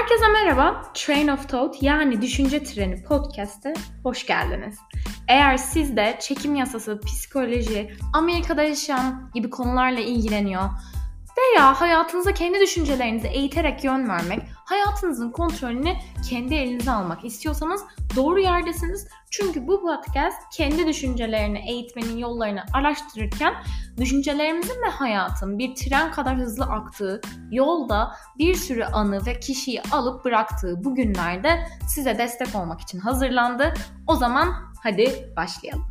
Herkese merhaba. Train of Thought yani Düşünce Treni podcast'e hoş geldiniz. Eğer siz de çekim yasası, psikoloji, Amerika'da yaşam gibi konularla ilgileniyor veya hayatınıza kendi düşüncelerinizi eğiterek yön vermek, hayatınızın kontrolünü kendi elinize almak istiyorsanız doğru yerdesiniz. Çünkü bu podcast kendi düşüncelerini eğitmenin yollarını araştırırken düşüncelerimizin ve hayatın bir tren kadar hızlı aktığı, yolda bir sürü anı ve kişiyi alıp bıraktığı bu günlerde size destek olmak için hazırlandı. O zaman hadi başlayalım.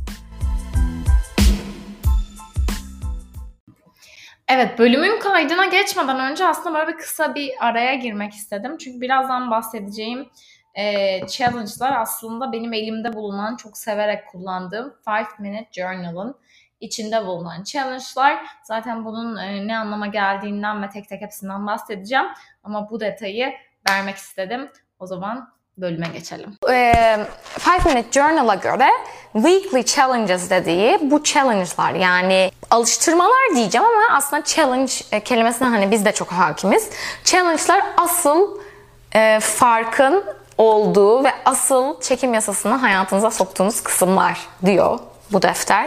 Evet, bölümün kaydına geçmeden önce aslında böyle kısa bir araya girmek istedim. Çünkü birazdan bahsedeceğim challenge'lar aslında benim elimde bulunan, çok severek kullandığım 5-Minute Journal'ın içinde bulunan challenge'lar. Zaten bunun ne anlama geldiğinden ve tek tek hepsinden bahsedeceğim. Ama bu detayı vermek istedim. O zaman bölüme geçelim. 5-Minute Journal'a göre weekly challenges dediği bu challenge'lar, yani alıştırmalar diyeceğim ama aslında challenge kelimesine hani biz de çok hakimiz. Challenge'lar asıl farkın olduğu ve asıl çekim yasasını hayatınıza soktuğunuz kısımlar diyor bu defter.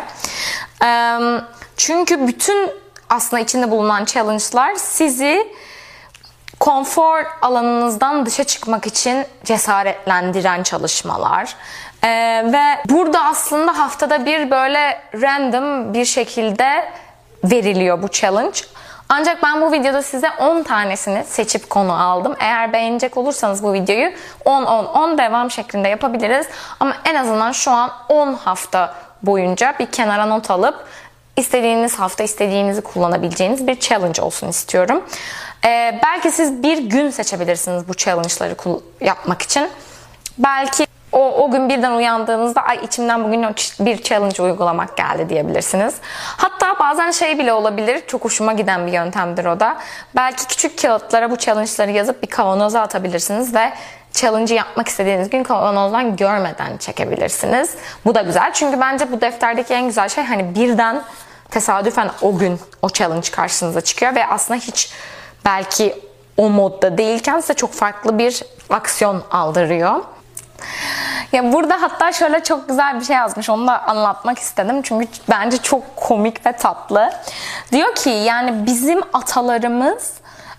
Çünkü bütün aslında içinde bulunan challenge'lar sizi konfor alanınızdan dışa çıkmak için cesaretlendiren çalışmalar. Ve burada aslında haftada bir böyle random bir şekilde veriliyor bu challenge. Ancak ben bu videoda size 10 tanesini seçip konu aldım. Eğer beğenecek olursanız bu videoyu 10-10-10 devam şeklinde yapabiliriz. Ama en azından şu an 10 hafta boyunca bir kenara not alıp istediğiniz hafta istediğinizi kullanabileceğiniz bir challenge olsun istiyorum. Belki siz bir gün seçebilirsiniz bu challenge'ları yapmak için. Belki o gün birden uyandığınızda ay içimden bugün bir challenge uygulamak geldi diyebilirsiniz. Hatta bazen şey bile olabilir, çok hoşuma giden bir yöntemdir o da. Belki küçük kağıtlara bu challenge'ları yazıp bir kavanoza atabilirsiniz ve challenge'ı yapmak istediğiniz gün kavanozdan görmeden çekebilirsiniz. Bu da güzel çünkü bence bu defterdeki en güzel şey hani birden tesadüfen o gün o challenge karşınıza çıkıyor ve aslında hiç belki o modda değilken size çok farklı bir aksiyon aldırıyor. Ya burada hatta şöyle çok güzel bir şey yazmış. Onu da anlatmak istedim. Çünkü bence çok komik ve tatlı. Diyor ki yani bizim atalarımız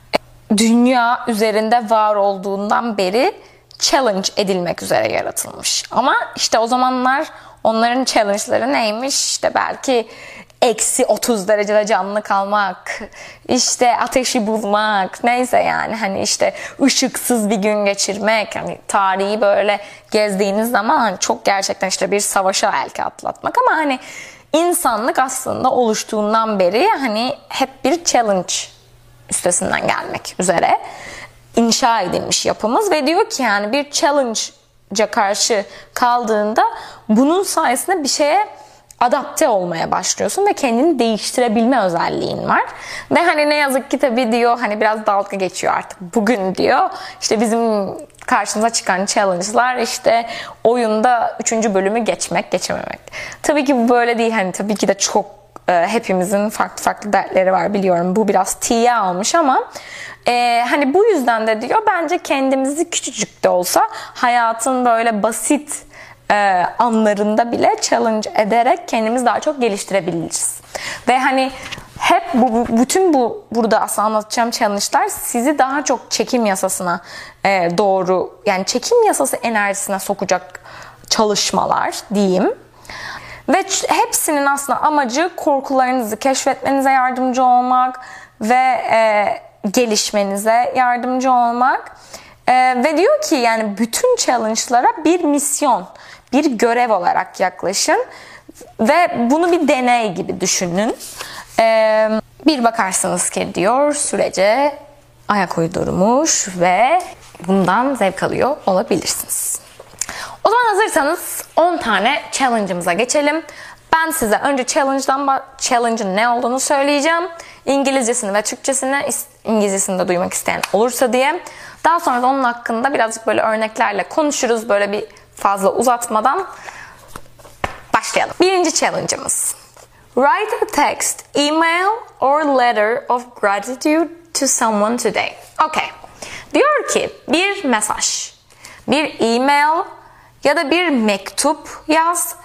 dünya üzerinde var olduğundan beri challenge edilmek üzere yaratılmış. Ama işte o zamanlar onların challenge'ları neymiş? İşte belki eksi 30 derecede canlı kalmak, işte ateşi bulmak, neyse yani hani işte ışıksız bir gün geçirmek, hani tarihi böyle gezdiğiniz zaman hani çok gerçekten işte bir savaşa elki atlatmak ama hani insanlık aslında oluştuğundan beri hani hep bir challenge üstesinden gelmek üzere inşa edilmiş yapımız ve diyor ki yani bir challenge'a karşı kaldığında bunun sayesinde bir şeye adapte olmaya başlıyorsun ve kendini değiştirebilme özelliğin var. Ve hani ne yazık ki tabii diyor hani biraz dalga geçiyor artık. Bugün diyor işte bizim karşımıza çıkan challenge'lar işte oyunda 3. bölümü geçememek. Tabii ki bu böyle değil. Hani tabii ki de çok hepimizin farklı dertleri var biliyorum. Bu biraz tiye almış ama hani bu yüzden de diyor bence kendimizi küçücük de olsa hayatın böyle basit anlarında bile challenge ederek kendimizi daha çok geliştirebiliriz. Ve hani hep bütün burada aslında anlatacağım challenge'lar sizi daha çok çekim yasasına doğru yani çekim yasası enerjisine sokacak çalışmalar diyeyim. Ve hepsinin aslında amacı korkularınızı keşfetmenize yardımcı olmak ve gelişmenize yardımcı olmak. Ve diyor ki yani bütün challenge'lara bir misyon, bir görev olarak yaklaşın ve bunu bir deney gibi düşünün. Bir bakarsınız ki diyor sürece ayak uydurmuş ve bundan zevk alıyor olabilirsiniz. O zaman hazırsanız 10 tane challenge'ımıza geçelim. Ben size önce challenge'ın ne olduğunu söyleyeceğim. İngilizcesini ve Türkçesini, İngilizcesini de duymak isteyen olursa diye. Daha sonra da onun hakkında birazcık böyle örneklerle konuşuruz. Böyle bir fazla uzatmadan başlayalım. Birinci challenge'ımız. Write a text, email or letter of gratitude to someone today. Okay. Diyor ki bir mesaj, bir e-mail ya da bir mektup yaz.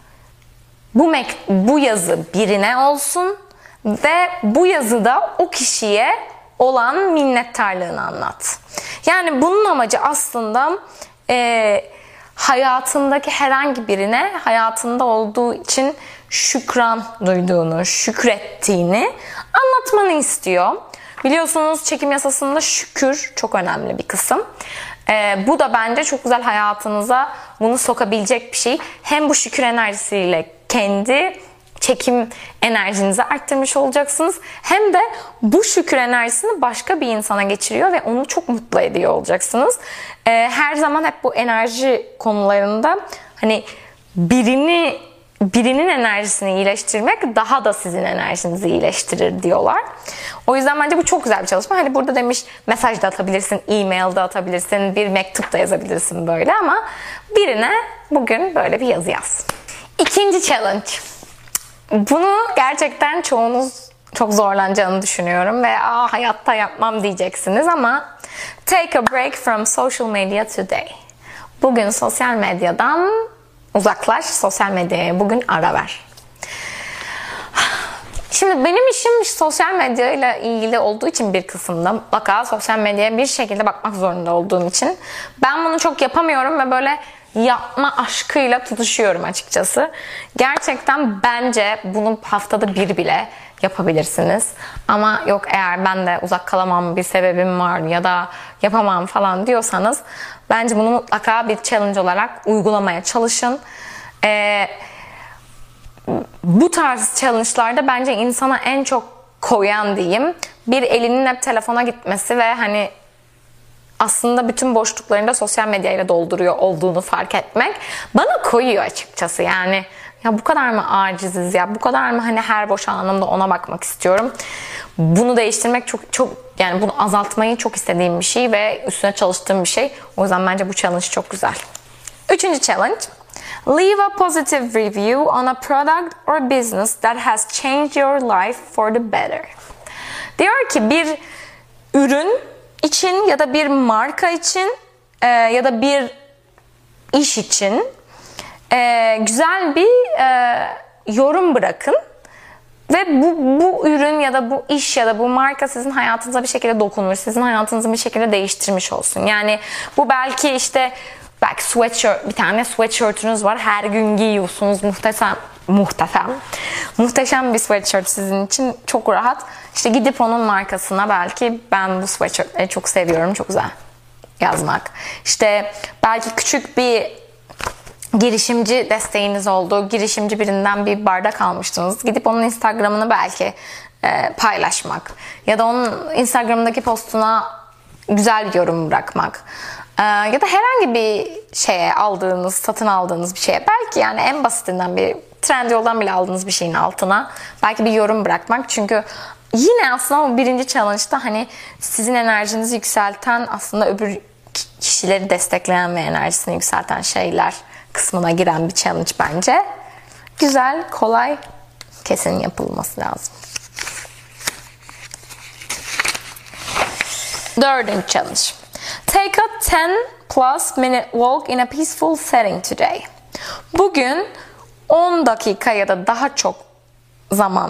Bu yazı birine olsun ve bu yazıda o kişiye olan minnettarlığını anlat. Yani bunun amacı aslında hayatındaki herhangi birine hayatında olduğu için şükran duyduğunu, şükrettiğini anlatmanı istiyor. Biliyorsunuz çekim yasasında şükür çok önemli bir kısım. Bu da bence çok güzel, hayatınıza bunu sokabilecek bir şey. Hem bu şükür enerjisiyle kendi çekim enerjinizi arttırmış olacaksınız. Hem de bu şükür enerjisini başka bir insana geçiriyor ve onu çok mutlu ediyor olacaksınız. Her zaman hep bu enerji konularında hani birinin enerjisini iyileştirmek daha da sizin enerjinizi iyileştirir diyorlar. O yüzden bence bu çok güzel bir çalışma. Hani burada demiş mesaj da atabilirsin, e-mail de atabilirsin, bir mektup da yazabilirsin böyle, ama birine bugün böyle bir yazı yaz. İkinci challenge. Bunu gerçekten çoğunuz çok zorlanacağını düşünüyorum ve hayatta yapmam diyeceksiniz ama take a break from social media today. Bugün sosyal medyadan uzaklaş, sosyal medyaya bugün ara ver. Şimdi benim işim sosyal medya ile ilgili olduğu için bir kısımda mutlaka sosyal medyaya bir şekilde bakmak zorunda olduğum için ben bunu çok yapamıyorum ve böyle yapma aşkıyla tutuşuyorum açıkçası. Gerçekten bence bunu haftada bir bile yapabilirsiniz. Ama yok, eğer ben de uzak kalamam, bir sebebim var ya da yapamam falan diyorsanız bence bunu mutlaka bir challenge olarak uygulamaya çalışın. Bu tarz challenge'larda bence insana en çok koyan diyeyim, bir elinin hep telefona gitmesi ve hani aslında bütün boşluklarında sosyal medyayla dolduruyor olduğunu fark etmek bana koyuyor açıkçası. Yani ya bu kadar mı aciziz, ya bu kadar mı hani her boş anımda ona bakmak istiyorum. Bunu değiştirmek çok yani bunu azaltmayı çok istediğim bir şey ve üstüne çalıştığım bir şey. O yüzden bence bu challenge çok güzel. Üçüncü challenge. Leave a positive review on a product or business that has changed your life for the better. Diyor ki bir ürün için ya da bir marka için ya da bir iş için güzel bir yorum bırakın ve bu ürün ya da bu iş ya da bu marka sizin hayatınıza bir şekilde dokunmuş, sizin hayatınızı bir şekilde değiştirmiş olsun. Yani bu belki bir tane sweatshirt'ünüz var, her gün giyiyorsunuz, muhteşem bir sweatshirt sizin için, çok rahat. İşte gidip onun markasına belki ben bu sweatshirtleri çok seviyorum, çok güzel yazmak. İşte belki küçük bir girişimci desteğiniz oldu. Girişimci birinden bir bardak almıştınız. Gidip onun Instagram'ını belki paylaşmak. Ya da onun Instagram'daki postuna güzel bir yorum bırakmak. Ya da herhangi bir şeye satın aldığınız bir şeye, belki yani en basitinden bir Trendyol'dan bile aldığınız bir şeyin altına belki bir yorum bırakmak. Çünkü yine aslında o birinci challenge'da hani sizin enerjinizi yükselten, aslında öbür kişileri destekleyen ve enerjisini yükselten şeyler kısmına giren bir challenge bence. Güzel, kolay, kesin yapılması lazım. Dördüncü challenge. Take a 10+ minute walk in a peaceful setting today. Bugün 10 dakika ya da daha çok zaman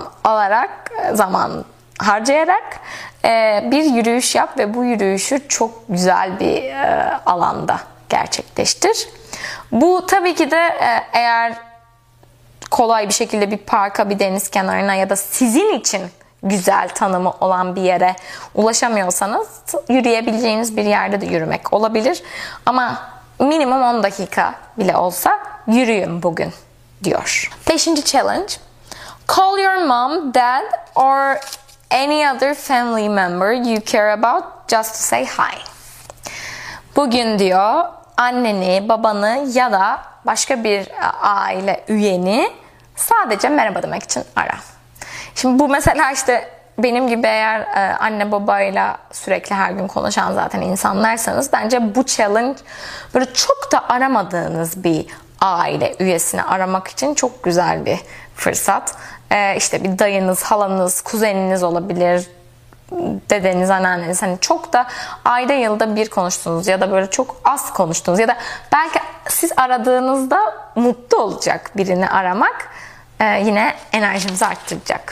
harcayarak bir yürüyüş yap ve bu yürüyüşü çok güzel bir alanda gerçekleştir. Bu tabii ki de eğer kolay bir şekilde bir parka, bir deniz kenarına ya da sizin için güzel tanımı olan bir yere ulaşamıyorsanız yürüyebileceğiniz bir yerde de yürümek olabilir. Ama minimum 10 dakika bile olsa yürüyün bugün diyor. Beşinci challenge. Call your mom, dad or any other family member you care about just to say hi. Bugün diyor anneni, babanı ya da başka bir aile üyeni sadece merhaba demek için ara. Şimdi bu mesela işte benim gibi eğer anne babayla sürekli her gün konuşan zaten insanlarsanız bence bu challenge böyle çok da aramadığınız bir aile üyesini aramak için çok güzel bir fırsat. İşte bir dayınız, halanız, kuzeniniz olabilir, dedeniz, anneanneniz, hani çok da ayda yılda bir konuştunuz ya da böyle çok az konuştunuz ya da belki siz aradığınızda mutlu olacak birini aramak yine enerjimizi arttıracak.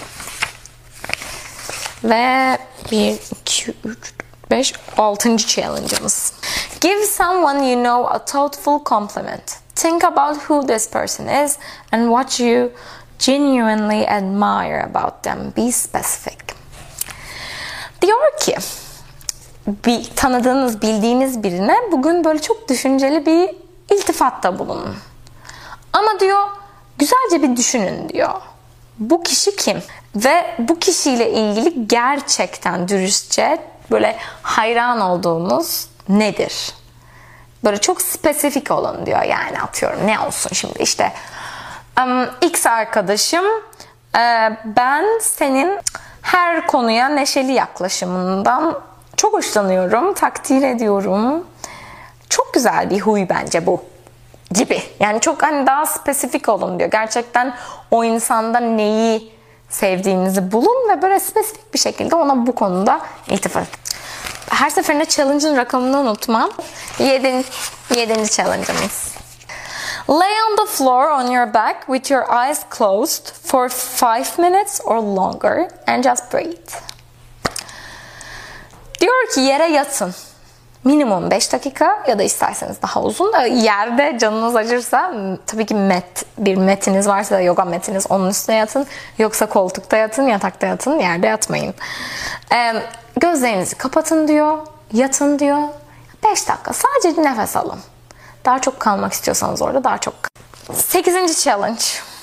Ve 1, 2, 3, 5, 6. challenge'ımız. Give someone you know a thoughtful compliment. Think about who this person is and what you genuinely admire about them. Be specific. Diyor ki, bir tanıdığınız, bildiğiniz birine bugün böyle çok düşünceli bir iltifatta bulunun. Ama diyor, güzelce bir düşünün diyor. Bu kişi kim? Ve bu kişiyle ilgili gerçekten dürüstçe böyle hayran olduğunuz nedir? Böyle çok spesifik olun diyor. Yani atıyorum ne olsun şimdi işte X arkadaşım, ben senin her konuya neşeli yaklaşımından çok hoşlanıyorum, takdir ediyorum. Çok güzel bir huy bence bu gibi. Yani çok hani daha spesifik olun diyor. Gerçekten o insanda neyi sevdiğinizi bulun ve böyle spesifik bir şekilde ona bu konuda iltifat edin. Her seferinde challenge'ın rakamını unutmam. 7. challenge'ımız. Lay on the floor on your back with your eyes closed for 5 minutes or longer and just breathe. Diyor ki yere yatın. Minimum 5 dakika ya da isterseniz daha uzun. Yerde canınız acırsa tabii ki bir metiniz varsa, yoga metiniz, onun üstüne yatın. Yoksa koltukta yatın, yatakta yatın, yerde yatmayın. Gözlerinizi kapatın diyor, yatın diyor. 5 dakika sadece nefes alın. Daha çok kalmak istiyorsanız orada daha çok. 8. challenge.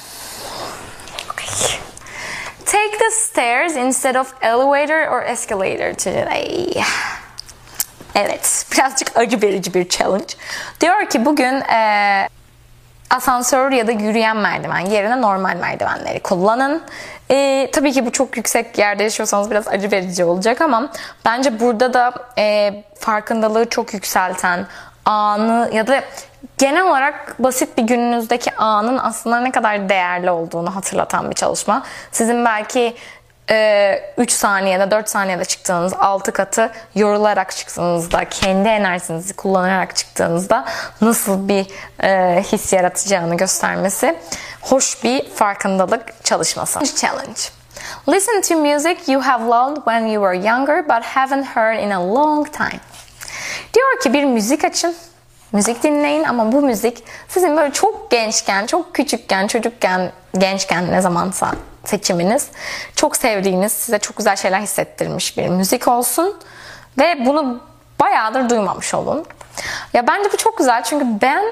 Okay. Take the stairs instead of elevator or escalator today. Evet, birazcık acı verici bir challenge. Diyor ki bugün asansör ya da yürüyen merdiven yerine normal merdivenleri kullanın. Tabii ki bu çok yüksek yerde yaşıyorsanız biraz acı verici olacak ama bence burada da farkındalığı çok yükselten, anı ya da genel olarak basit bir gününüzdeki anın aslında ne kadar değerli olduğunu hatırlatan bir çalışma. Sizin belki 3 saniyede 4 saniyede çıktığınız 6 katı yorularak çıktığınızda, kendi enerjinizi kullanarak çıktığınızda nasıl bir his yaratacağını göstermesi hoş bir farkındalık çalışması. Challenge. Listen to music you have loved when you were younger but haven't heard in a long time. Diyor ki bir müzik açın, müzik dinleyin ama bu müzik sizin böyle çok gençken, çok küçükken, çocukken, gençken ne zamansa seçiminiz, çok sevdiğiniz, size çok güzel şeyler hissettirmiş bir müzik olsun ve bunu bayağıdır duymamış olun. Ya bence bu çok güzel çünkü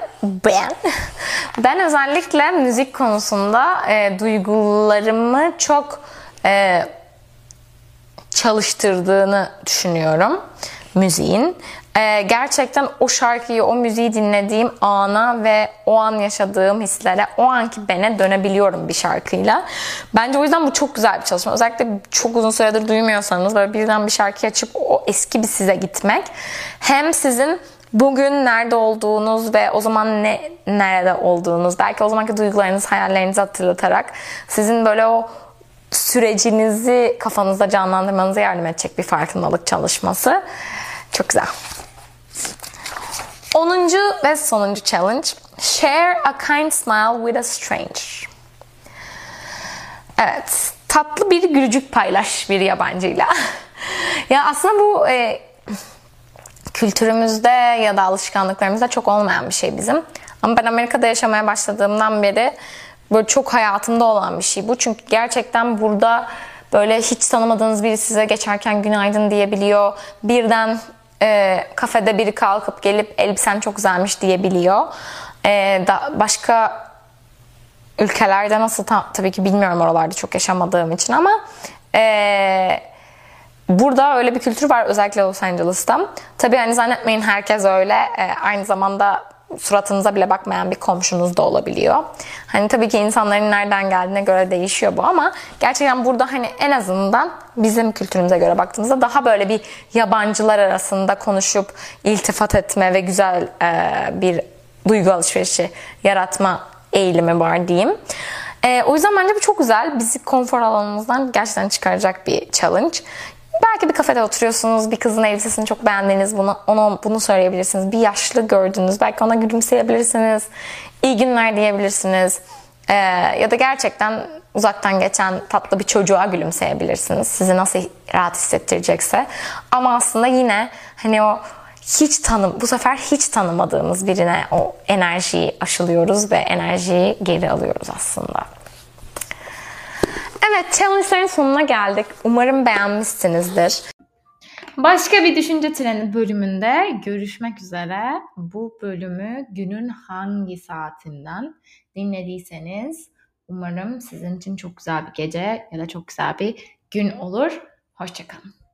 ben özellikle müzik konusunda duygularımı çok çalıştırdığını düşünüyorum müziğin. Gerçekten o şarkıyı, o müziği dinlediğim ana ve o an yaşadığım hislere, o anki bene dönebiliyorum bir şarkıyla. Bence o yüzden bu çok güzel bir çalışma. Özellikle çok uzun süredir duymuyorsanız böyle birden bir şarkı açıp o eski bir size gitmek. Hem sizin bugün nerede olduğunuz ve o zaman nerede olduğunuz, belki o zamanki duygularınız, hayallerinizi hatırlatarak sizin böyle o sürecinizi kafanızda canlandırmanıza yardım edecek bir farkındalık çalışması. Çok güzel. 10. ve sonuncu challenge. Share a kind smile with a stranger. Evet. Tatlı bir gülücük paylaş bir yabancıyla. Ya aslında bu kültürümüzde ya da alışkanlıklarımızda çok olmayan bir şey bizim. Ama ben Amerika'da yaşamaya başladığımdan beri böyle çok hayatımda olan bir şey bu. Çünkü gerçekten burada böyle hiç tanımadığınız biri size geçerken günaydın diyebiliyor. Birden kafede biri kalkıp gelip elbisen çok güzelmiş diyebiliyor. Başka ülkelerde nasıl tabii ki bilmiyorum, oralarda çok yaşamadığım için ama burada öyle bir kültür var, özellikle Los Angeles'ta. Tabii hani zannetmeyin herkes öyle. Aynı zamanda suratınıza bile bakmayan bir komşunuz da olabiliyor. Hani tabii ki insanların nereden geldiğine göre değişiyor bu ama gerçekten burada hani en azından bizim kültürümüze göre baktığımızda daha böyle bir yabancılar arasında konuşup iltifat etme ve güzel bir duygu alışverişi yaratma eğilimi var diyeyim. O yüzden bence bu çok güzel. Bizi konfor alanımızdan gerçekten çıkaracak bir challenge. Belki bir kafede oturuyorsunuz, bir kızın elbisesini çok beğendiniz, ona bunu söyleyebilirsiniz. Bir yaşlı gördünüz, belki ona gülümseyebilirsiniz. İyi günler diyebilirsiniz. Ya da gerçekten uzaktan geçen tatlı bir çocuğa gülümseyebilirsiniz. Sizi nasıl rahat hissettirecekse. Ama aslında yine hani o bu sefer hiç tanımadığımız birine o enerjiyi aşılıyoruz ve enerjiyi geri alıyoruz aslında. Evet, challenge'ların sonuna geldik. Umarım beğenmişsinizdir. Başka bir düşünce treni bölümünde görüşmek üzere. Bu bölümü günün hangi saatinden dinlediyseniz umarım sizin için çok güzel bir gece ya da çok güzel bir gün olur. Hoşça kalın.